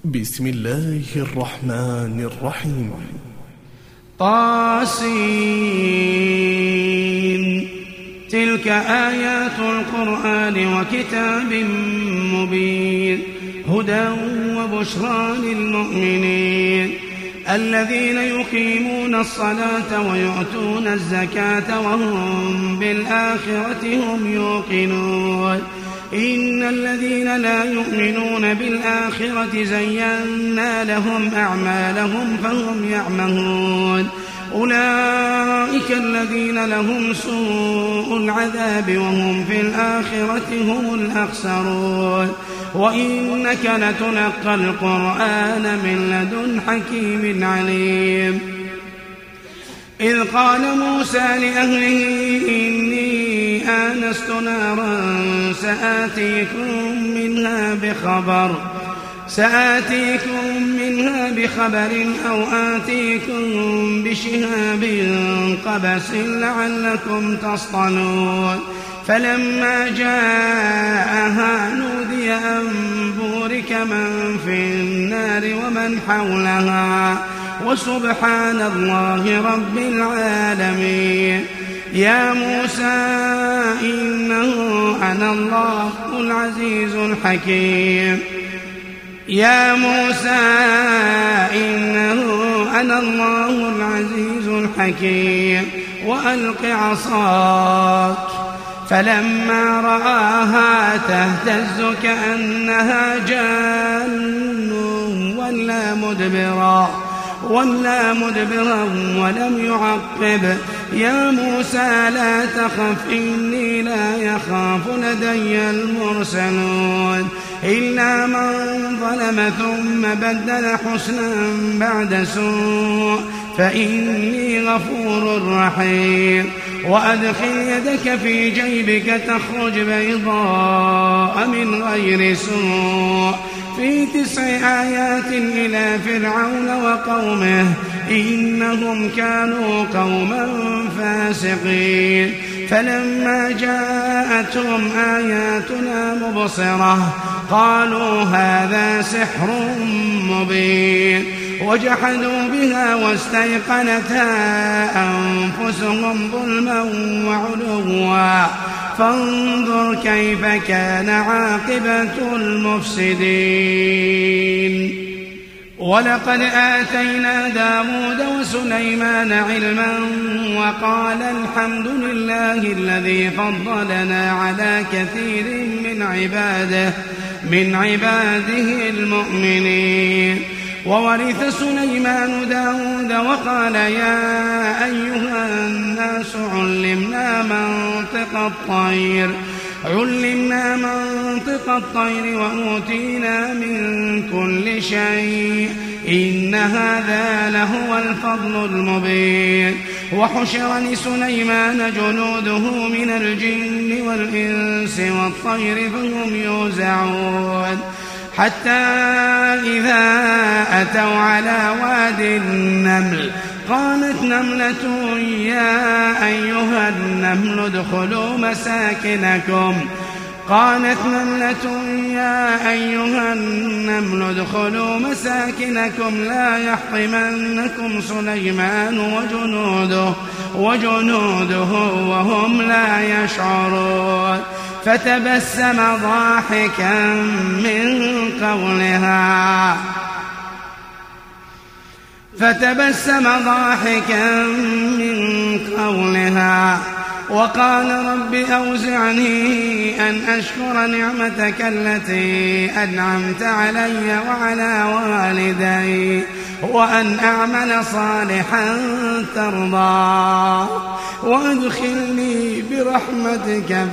بسم الله الرحمن الرحيم. طاسين. تلك آيات القرآن وكتاب مبين هدى وبشرى للمؤمنين الذين يقيمون الصلاة ويؤتون الزكاة وهم بالآخرة هم يوقنون إن الذين لا يؤمنون بالآخرة زينا لهم أعمالهم فهم يعمهون أولئك الذين لهم سوء العذاب وهم في الآخرة هم الأخسرون وإنك لتلقى القرآن من لدن حكيم عليم إذ قال موسى لأهله إني آنست نارا سآتيكم منها بخبر أو آتيكم بشهاب قبس لعلكم تصطلون فلما جاءها نودي أن بورك من في النار ومن حولها وسبحان الله رب العالمين يا موسى إنه أنا الله العزيز الحكيم وألق عصاك فلما رآها تهتز كأنها جان ولا مدبرا ولم يعقب يا موسى لا تخف إني لا يخاف لدي المرسلون إلا من ظلم ثم بدل حسنا بعد سوء فإني غفور رحيم وأدخل يدك في جيبك تخرج بيضاء من غير سوء في 9 آيات إلى فرعون وقومه إنهم كانوا قوما فاسقين فلما جاءتهم آياتنا مبصرة قالوا هذا سحر مبين وجحدوا بها واستيقنتها أنفسهم ظلما وعلوا فانظر كيف كان عاقبة المفسدين ولقد آتينا داود وسليمان علما وقال الحمد لله الذي فضلنا على كثير من عباده المؤمنين وورث سليمان داود وقال يا أيها الناس علمنا منطق الطير وأوتينا من كل شيء إن هذا لهو الفضل المبين وحشر لسليمان جنوده من الجن والإنس والطير فهم يوزعون حتى إذا أتوا على واد النمل قالت نملة يا أيها النمل ادخلوا مساكنكم لا يحطمنكم سليمان وجنوده وهم لا يشعرون فتبسم ضاحكا من قولها وقال رب أوزعني أن أشكر نعمتك التي أنعمت علي وعلى والدي وأن أعمل صالحا ترضاه وأدخلني برحمتك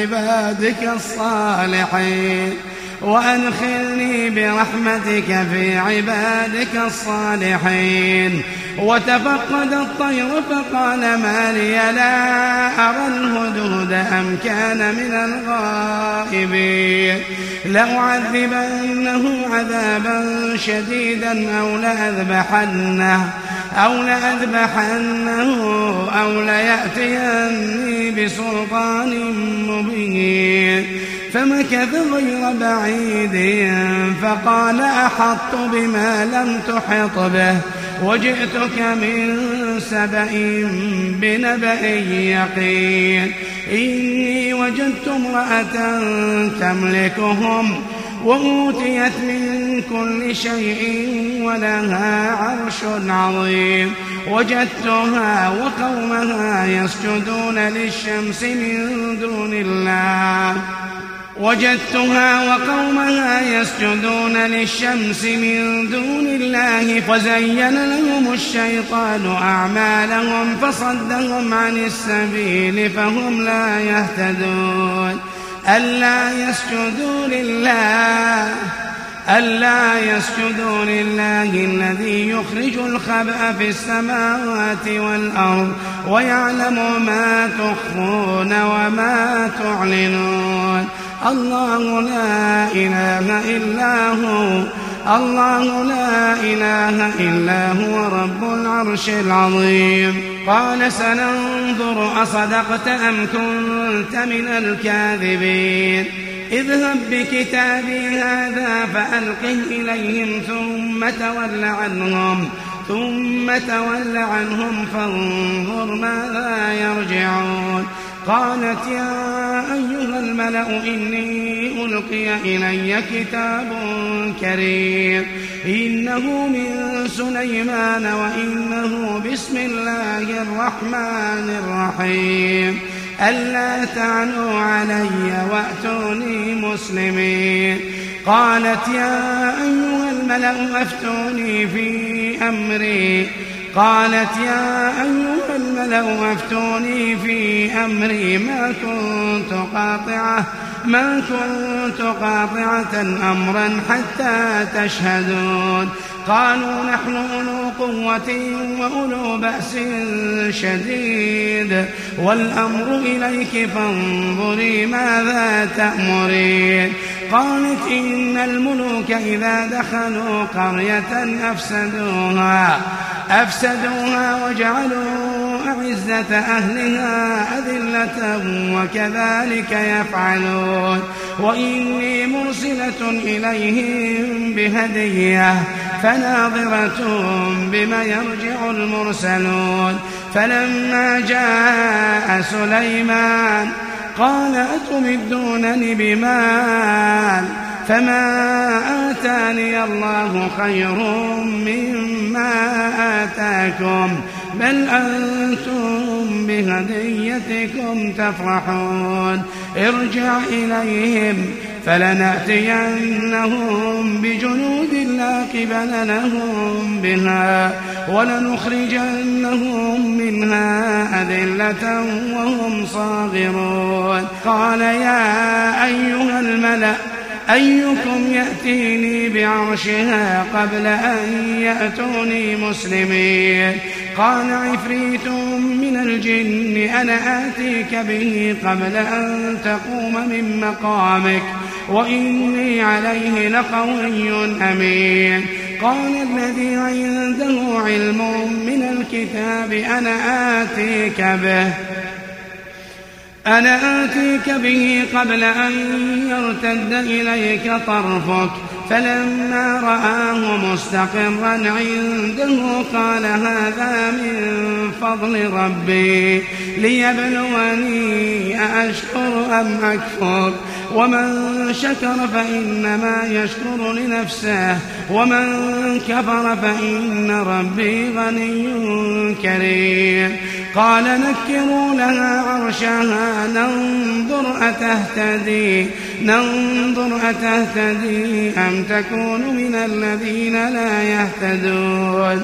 في عبادك الصالحين وتفقد الطير فقال ما لي لا أرى الهدهد أم كان من الغائبين لأعذبنه عذابا شديدا أو لأذبحنه أو ليأتيني بسلطان مبين فمكث غير بعيد فقال أحطت بما لم تحط به وجئتك من سبأ بنبأ يقين إني وجدت امرأة تملكهم وأوتيت من كل شيء ولها عرش عظيم وجدتها وقومها يسجدون للشمس من دون الله فزين لهم الشيطان أعمالهم فصدهم عن السبيل فهم لا يهتدون ألا يسجدوا لله الذي يخرج الخبأ في السماوات والأرض ويعلم ما تخفون وما تعلنون الله لا إله إلا هو رب العرش العظيم قال سننظر أصدقت أم كنت من الكاذبين اذهب بكتابي هذا فألقه إليهم ثم تول عنهم فانظر ماذا يرجعون قالت يا أيها الملأ إني ألقي إلي كتاب كريم إنه من سليمان وإنه بسم الله الرحمن الرحيم ألا تعلوا علي وأتوني مسلمين قالت يا أيها الملأ أفتوني في أمري ما كنت قاطعة أمرا حتى تشهدون قالوا نحن أولو قوة وأولو بأس شديد والأمر إليك فانظري ماذا تأمرين قالت إن الملوك إذا دخلوا قرية أفسدوها وجعلوا أعزة أهلها أذلة وكذلك يفعلون وإني مرسلة إليهم بهدية فناظرة بما يرجع المرسلون فلما جاء سليمان قال أتمدونني بمال فما آتاني الله خير مما آتاكم بل أنتم بهديتكم تفرحون ارجع إليهم فلنأتينهم بجنود لا قبل لهم بها ولنخرجنهم منها أذلة وهم صاغرون قال يا أيها الملأ أيكم يأتيني بعرشها قبل أن يأتوني مسلمين قال عفريت من الجن أنا آتيك به قبل أن تقوم من مقامك وإني عليه لقوي أمين قال الذي عنده علم من الكتاب أنا آتيك به قبل أن يرتد إليك طرفك فلما رآه مستقرا عنده قال هذا من فضل ربي ليبلوني أأشكر أم أكفر ومن شكر فإنما يشكر لنفسه ومن كفر فإن ربي غني كريم قال نكروا لها عرشها ننظر أتهتدي أم تكون من الذين لا يهتدون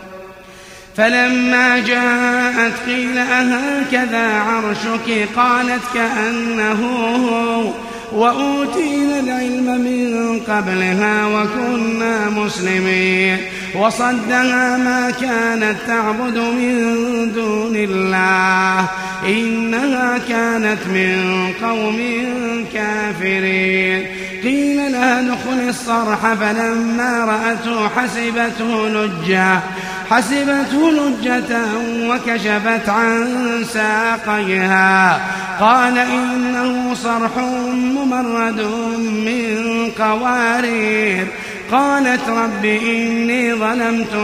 فلما جاءت قيل أهكذا عرشك قالت كأنه هو وأوتينا العلم من قبلها وكنا مسلمين وصدها ما كانت تعبد من دون الله إنها كانت من قوم كافرين قيل لها ادخل الصرح فلما رأته حسبته لجة وكشفت عن ساقيها قال إنه صرح ممرد من قوارير قالت رب إني ظلمت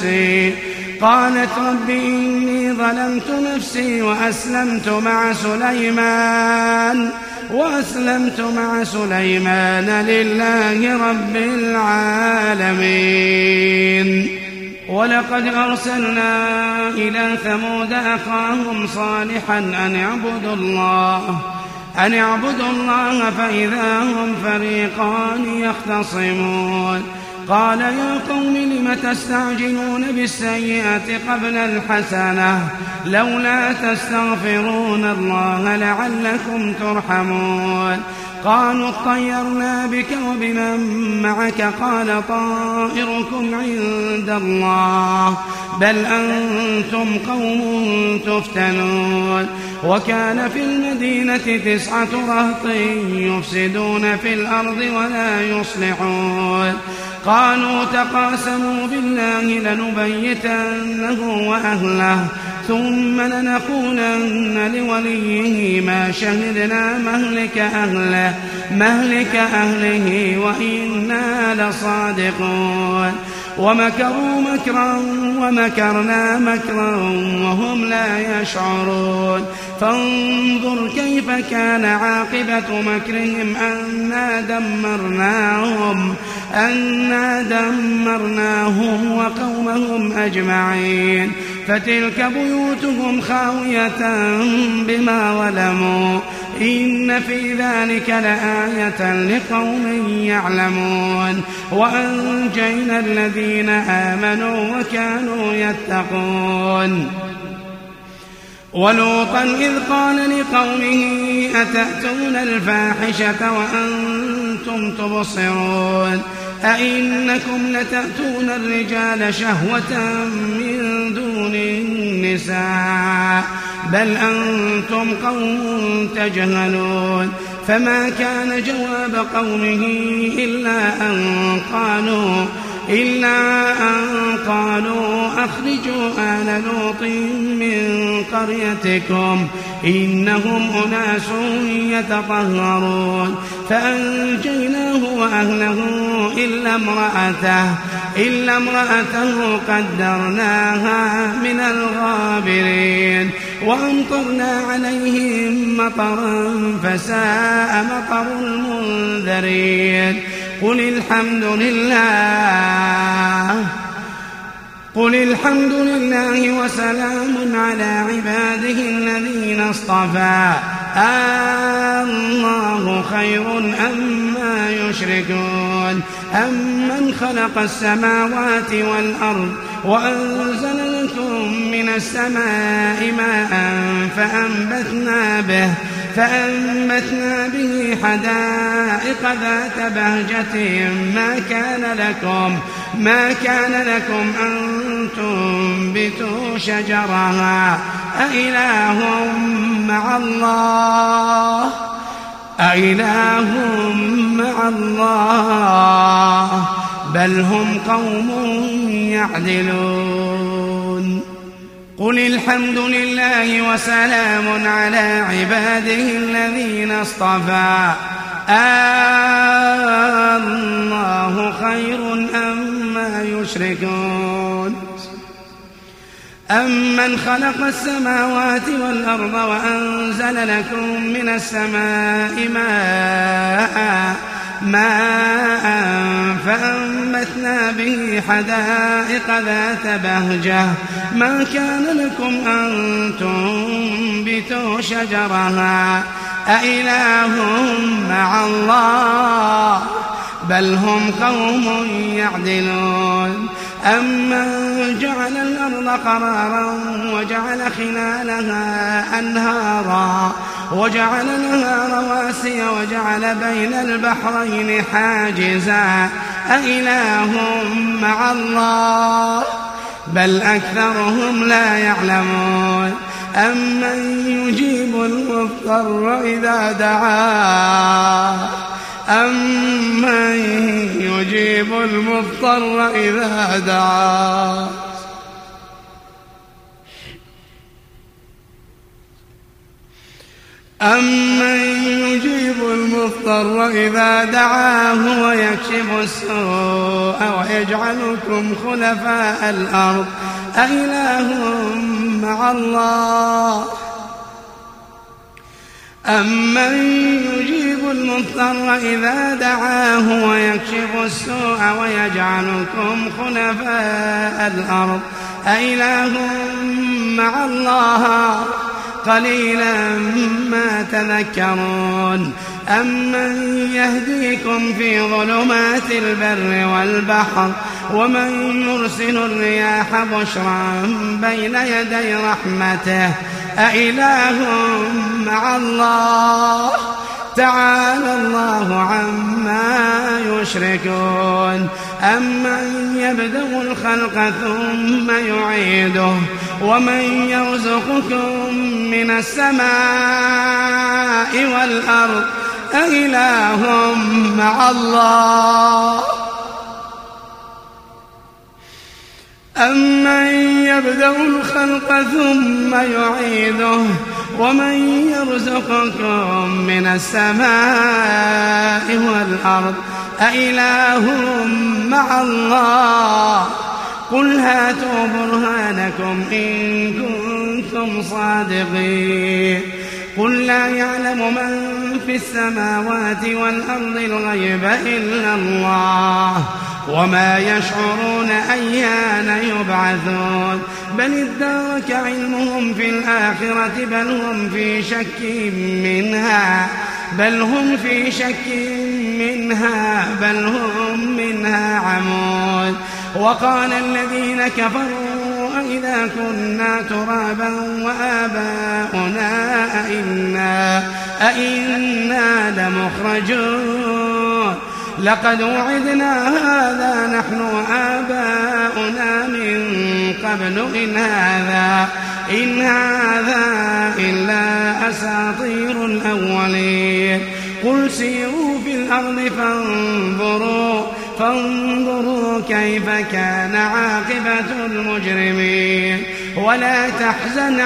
نفسي وأسلمت مع سليمان لله رب العالمين. ولقد أرسلنا إلى ثمود أخاهم صالحا أن اعبدوا الله فإذا هم فريقان يختصمون قال يا قوم لم تستعجلون بالسيئة قبل الحسنة لولا تستغفرون الله لعلكم ترحمون قالوا اطيرنا بك وبمن معك قال طائركم عند الله بل أنتم قوم تفتنون وكان في المدينة 9 رهط يفسدون في الأرض ولا يصلحون قالوا تقاسموا بالله لنبيتنه وأهله ثم لنقولن لوليه ما شهدنا مهلك أهله وإنا لصادقون ومكروا مكرا ومكرنا مكرا وهم لا يشعرون فانظر كيف كان عاقبة مكرهم أنا دمرناهم وقومهم أجمعين فتلك بيوتهم خاوية بما ظلموا إن في ذلك لآية لقوم يعلمون وأنجينا الذين آمنوا وكانوا يتقون ولوطا إذ قال لقومه أتأتون الفاحشة وأنتم تبصرون أئنكم لتأتون الرجال شهوة من دون النساء بل أنتم قوم تجهلون فما كان جواب قومه إلا أن قالوا أخرجوا آل لوط من قريتكم إنهم أناس يتطهرون فأنجيناه وأهله إلا امرأته قدرناها من الغابرين وأمطرنا عليهم مطرا فساء مطر المنذرين قل الحمد لله وسلام على عباده الذين اصطفى الله خير أما يشركون أمن خلق السماوات والأرض وأنزل لكم من السماء ماء فأنبتنا به حدائق ذات بهجة ما كان لكم أن تنبتوا شجرها أإله مع الله بل هم قوم يعدلون قل الحمد لله وسلام على عباده الذين اصطفى الله خير أما يشركون أمن خلق السماوات والأرض وأنزل لكم من السماء ماء فأنبتنا به حدائق ذات بهجة ما كان لكم أن تنبتوا شجرها أإله مع الله بل هم قوم يعدلون أمن جعل الأرض قرارا وجعل خلالها أنهارا وجعل لها رواسي وجعل بين البحرين حاجزا أإله مع الله بل أكثرهم لا يعلمون أمن يجيب المضطر إذا دعاه أمن يجيب المضطر إذا دعاه ويكشف السوء ويجعلكم خلفاء الأرض أإله مع الله أمن يجيب المضطر إذا دعاه ويكشف السوء ويجعلكم خلفاء الأرض أإله مع الله قليلا ما تذكرون أمن يهديكم في ظلمات البر والبحر ومن يرسل الرياح بشرا بين يدي رحمته أإله مع الله تعالى الله عما يشركون أمن يبدأ الخلق ثم يعيده ومن يرزقكم من السماء والأرض أإله مع الله أمن يبدأ الخلق ثم يعيده ومن يرزقكم من السماء والأرض أإله مع الله قل هاتوا برهانكم إن كنتم صادقين قل لا يعلم من في السماوات والأرض الغيب إلا الله وما يشعرون أيان يبعثون بل ادارك علمهم في الآخرة بل هم في شك منها بل هم منها عمون وقال الذين كفروا أئذا كنا ترابا وآباؤنا أئنا لمخرجون لقد وعدنا هذا نحن وآباؤنا من قبل إن هذا إلا أساطير الأولين قل سيروا في الأرض فانظروا كيف كان عاقبة المجرمين ولا تحزن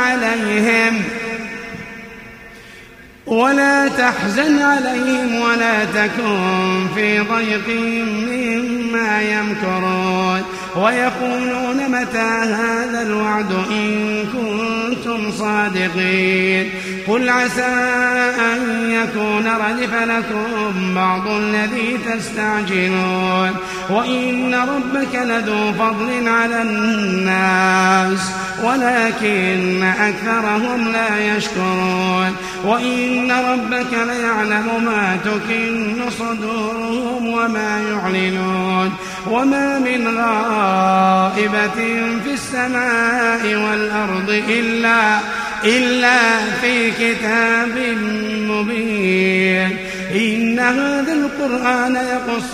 عليهم ولا تكن في ضيق مما يمكرون ويقولون متى هذا الوعد إن كنتم صادقين قل عسى أن يكون ردف لكم بعض الذي تستعجلون وإن ربك لذو فضل على الناس ولكن أكثرهم لا يشكرون وإن ربك ليعلم ما تكن صدورهم وما يعلنون وما من غائبة في السماء والأرض إلا في كتاب مبين إن هذا القرآن يقص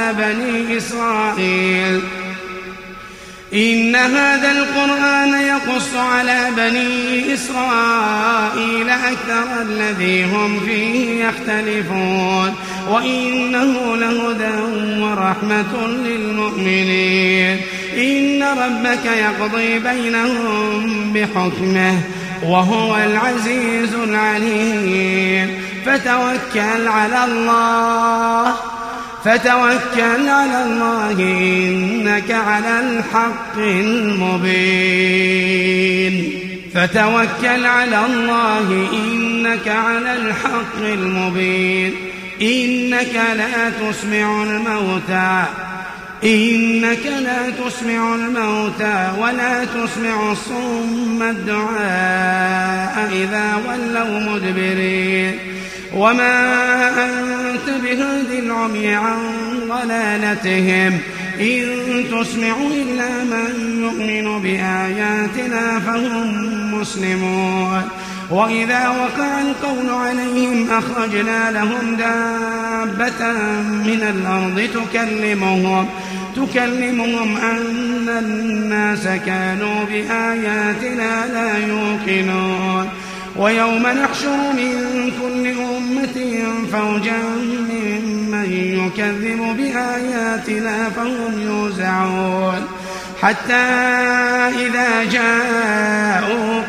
على بني إسرائيل أكثر الذي هم فيه يختلفون وإنه لهدى ورحمة للمؤمنين إن ربك يقضي بينهم بحكمه وهو العزيز العليم فتوكل على الله إنك على الحق المبين إنك لا تسمع الموتى ولا تسمع الصم الدعاء إذا ولوا مدبرين وما أنت بهادي العمي عن ضلالتهم إن تسمع إلا من يؤمن بآياتنا فهم مسلمون وإذا وقع القول عليهم أخرجنا لهم دابة من الأرض تكلمهم أن الناس كانوا بآياتنا لا يوقنون ويوم نحشر من كل أمة فوجا ممن يكذب بآياتنا فهم يوزعون حتى إذا جاءوا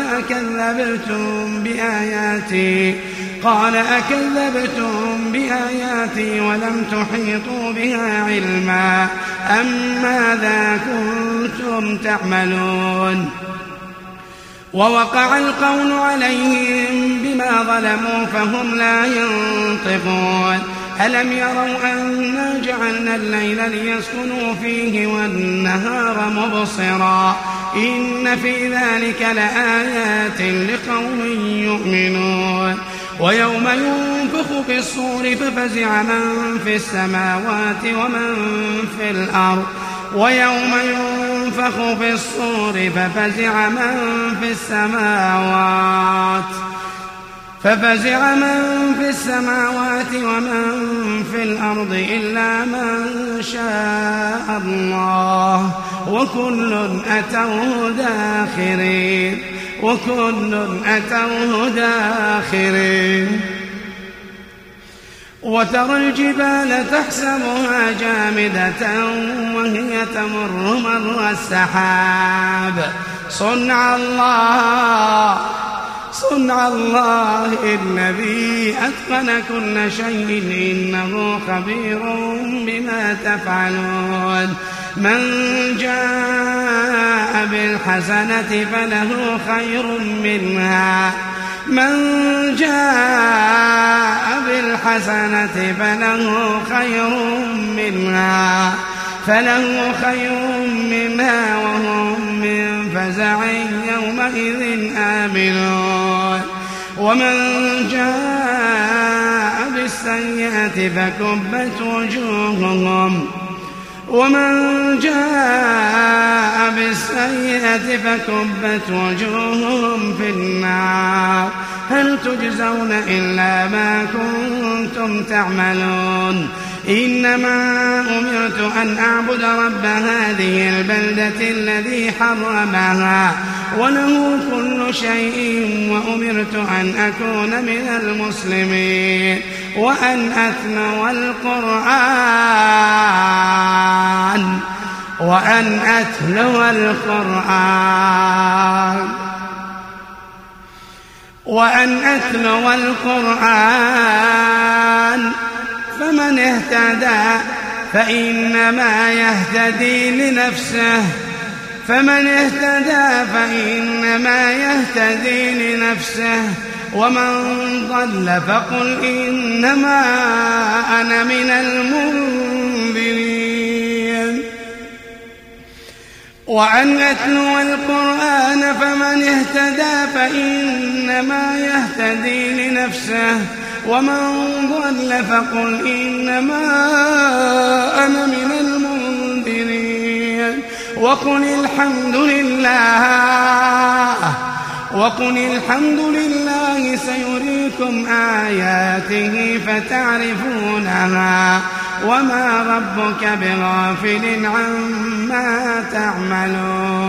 قال أكذبتم بآياتي ولم تحيطوا بها علما أم ماذا كنتم تعملون ووقع القول عليهم بما ظلموا فهم لا ينطقون ألم يروا أنا جعلنا الليل ليسكنوا فيه والنهار مبصرا إن في ذلك لآيات لقوم يؤمنون ويوم ينفخ في الصور ففزع من في السماوات ومن في الأرض ففزع من في السماوات ومن في الأرض إلا من شاء الله وكل أتوه داخرين وترى الجبال تحسبها جامدة وهي تمر مر السحاب صنع الله الذي أتقن كل شيء إنه خبير بما تفعلون من جاء بالحسنة فله خير منها وهم من فزع يومئذ آمنون ومن جاء بالسيئة فكبت وجوههم في النار هل تجزون إلا ما كنتم تعملون إنما أمرت أن أعبد رب هذه البلدة الذي حرمها وله كل شيء وأمرت أن أكون من المسلمين وأن أتلو القرآن فمن اهتدى فإنما يهتدي لنفسه ومن ضل فقل إنما أنا من المنذرين وأن أتلو القرآن فمن اهتدى فإنما يهتدي لنفسه ومن ضل فقل إنما أنا من المنذرين وقل الحمد لله سيريكم آياته فتعرفونها وما ربك بغافل عما تعملون